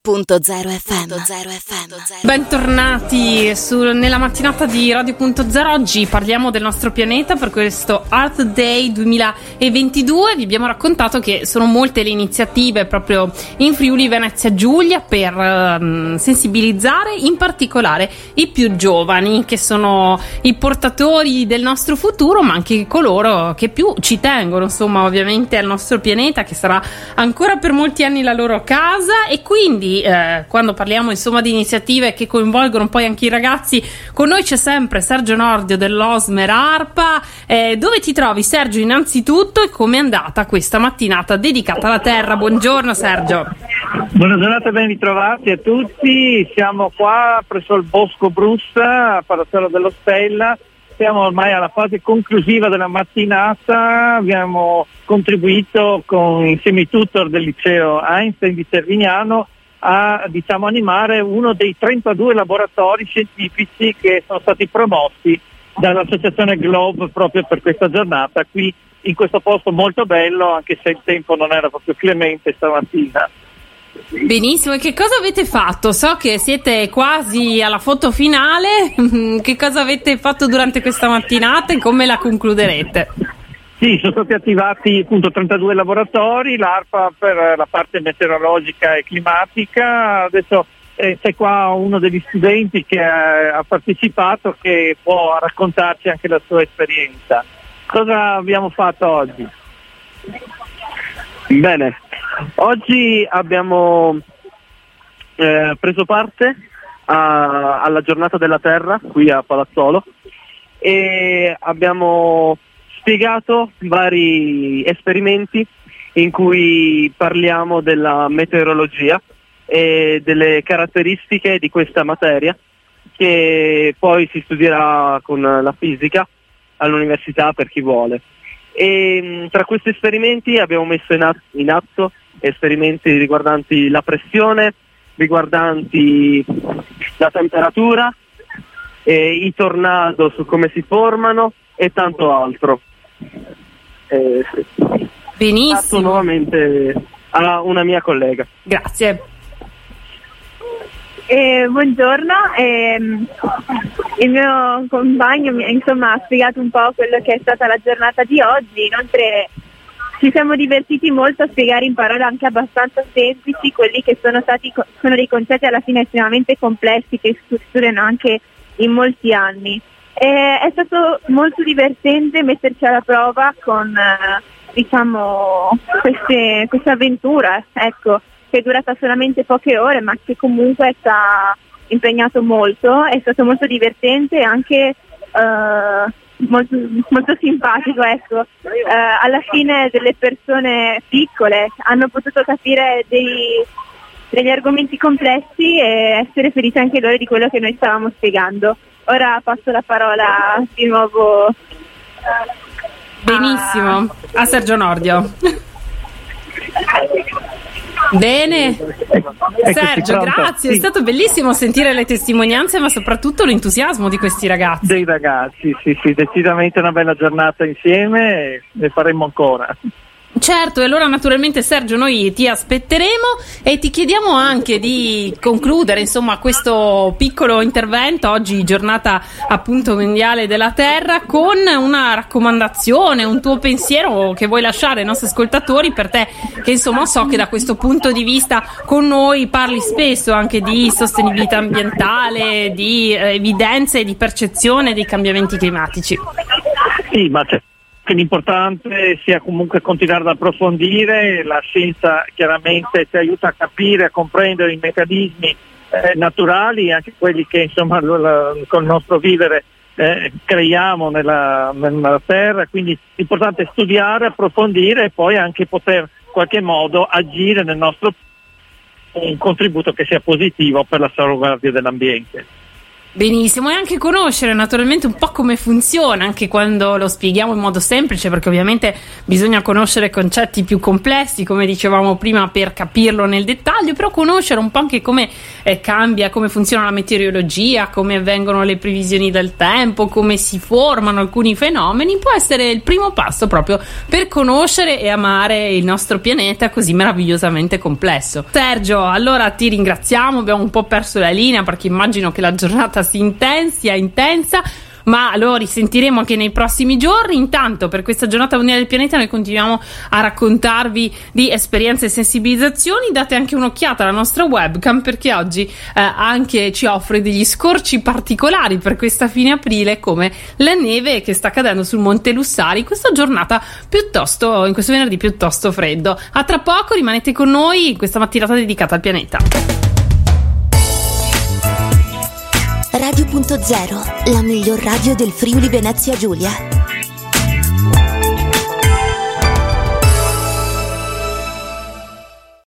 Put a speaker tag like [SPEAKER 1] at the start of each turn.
[SPEAKER 1] Radio.0 FM.
[SPEAKER 2] Bentornati nella mattinata di Radio.0. Oggi parliamo del nostro pianeta per questo Earth Day 2022. Vi abbiamo raccontato che sono molte le iniziative proprio in Friuli Venezia Giulia per sensibilizzare in particolare i più giovani, che sono i portatori del nostro futuro, ma anche coloro che più ci tengono, insomma, ovviamente al nostro pianeta, che sarà ancora per molti anni la loro casa. E quindi quando parliamo insomma di iniziative che coinvolgono poi anche i ragazzi, con noi c'è sempre Sergio Nordio dell'Osmer ARPA. Dove ti trovi, Sergio, innanzitutto, e come è andata questa mattinata dedicata alla terra? Buongiorno Sergio.
[SPEAKER 3] Buona giornata e ben ritrovati a tutti. Siamo qua presso il Bosco Brussa, a Palazzolo dello Stella. Siamo ormai alla fase conclusiva della mattinata. Abbiamo contribuito con i semi-tutor del liceo Einstein di Cervignano a animare uno dei 32 laboratori scientifici che sono stati promossi dall'associazione Globe proprio per questa giornata, qui in questo posto molto bello, anche se il tempo non era proprio clemente stamattina.
[SPEAKER 2] Benissimo, e che cosa avete fatto? So che siete quasi alla foto finale. Che cosa avete fatto durante questa mattinata e come la concluderete?
[SPEAKER 3] Sì, sono stati attivati appunto 32 laboratori, l'ARPA per la parte meteorologica e climatica. Adesso c'è qua uno degli studenti che ha partecipato, che può raccontarci anche la sua esperienza. Cosa abbiamo fatto oggi?
[SPEAKER 4] Bene, oggi abbiamo preso parte alla giornata della Terra qui a Palazzolo e abbiamo spiegato vari esperimenti in cui parliamo della meteorologia e delle caratteristiche di questa materia, che poi si studierà con la fisica all'università per chi vuole. E tra questi esperimenti abbiamo messo in atto esperimenti riguardanti la pressione, riguardanti la temperatura, i tornado su come si formano e tanto altro.
[SPEAKER 2] Benissimo.
[SPEAKER 4] Passo nuovamente a una mia collega.
[SPEAKER 2] Grazie.
[SPEAKER 5] Buongiorno, il mio compagno ha spiegato un po' quello che è stata la giornata di oggi. Inoltre ci siamo divertiti molto a spiegare in parole anche abbastanza semplici quelli che sono dei concetti alla fine estremamente complessi, che si studiano anche in molti anni. È stato molto divertente metterci alla prova con questa avventura, ecco, che è durata solamente poche ore, ma che comunque ci ha impegnato molto. È stato molto divertente e anche molto, molto simpatico, ecco. Alla fine delle persone piccole hanno potuto capire degli argomenti complessi e essere felici anche loro di quello che noi stavamo spiegando. Ora passo la parola di nuovo
[SPEAKER 2] benissimo a Sergio Nordio. Bene, Sergio, grazie. Sì. È stato bellissimo sentire le testimonianze, ma soprattutto l'entusiasmo di questi ragazzi.
[SPEAKER 3] Dei ragazzi, sì, decisamente una bella giornata insieme e ne faremo ancora.
[SPEAKER 2] Certo, e allora naturalmente Sergio noi ti aspetteremo e ti chiediamo anche di concludere insomma questo piccolo intervento, oggi giornata appunto mondiale della Terra, con una raccomandazione, un tuo pensiero che vuoi lasciare ai nostri ascoltatori, per te che insomma so che da questo punto di vista con noi parli spesso anche di sostenibilità ambientale, di evidenze e di percezione dei cambiamenti climatici.
[SPEAKER 3] Sì, ma c'è. L'importante sia comunque continuare ad approfondire. La scienza chiaramente ci aiuta a capire, a comprendere i meccanismi naturali, anche quelli che insomma con il nostro vivere creiamo nella terra, quindi l'importante è studiare, approfondire e poi anche poter in qualche modo agire nel nostro un contributo che sia positivo per la salvaguardia dell'ambiente.
[SPEAKER 2] Benissimo, e anche conoscere naturalmente un po' come funziona, anche quando lo spieghiamo in modo semplice, perché ovviamente bisogna conoscere concetti più complessi, come dicevamo prima, per capirlo nel dettaglio, però conoscere un po' anche come cambia, come funziona la meteorologia, come avvengono le previsioni del tempo, come si formano alcuni fenomeni, può essere il primo passo proprio per conoscere e amare il nostro pianeta così meravigliosamente complesso. Sergio, allora ti ringraziamo, abbiamo un po' perso la linea perché immagino che la giornata sia intensa, ma lo risentiremo anche nei prossimi giorni. Intanto, per questa giornata mondiale del pianeta noi continuiamo a raccontarvi di esperienze e sensibilizzazioni. Date anche un'occhiata alla nostra webcam, perché oggi anche ci offre degli scorci particolari per questa fine aprile, come la neve che sta cadendo sul Monte Lussari in questa venerdì piuttosto freddo. A tra poco, rimanete con noi in questa mattinata dedicata al pianeta.
[SPEAKER 1] Radio.0, la miglior radio del Friuli Venezia Giulia.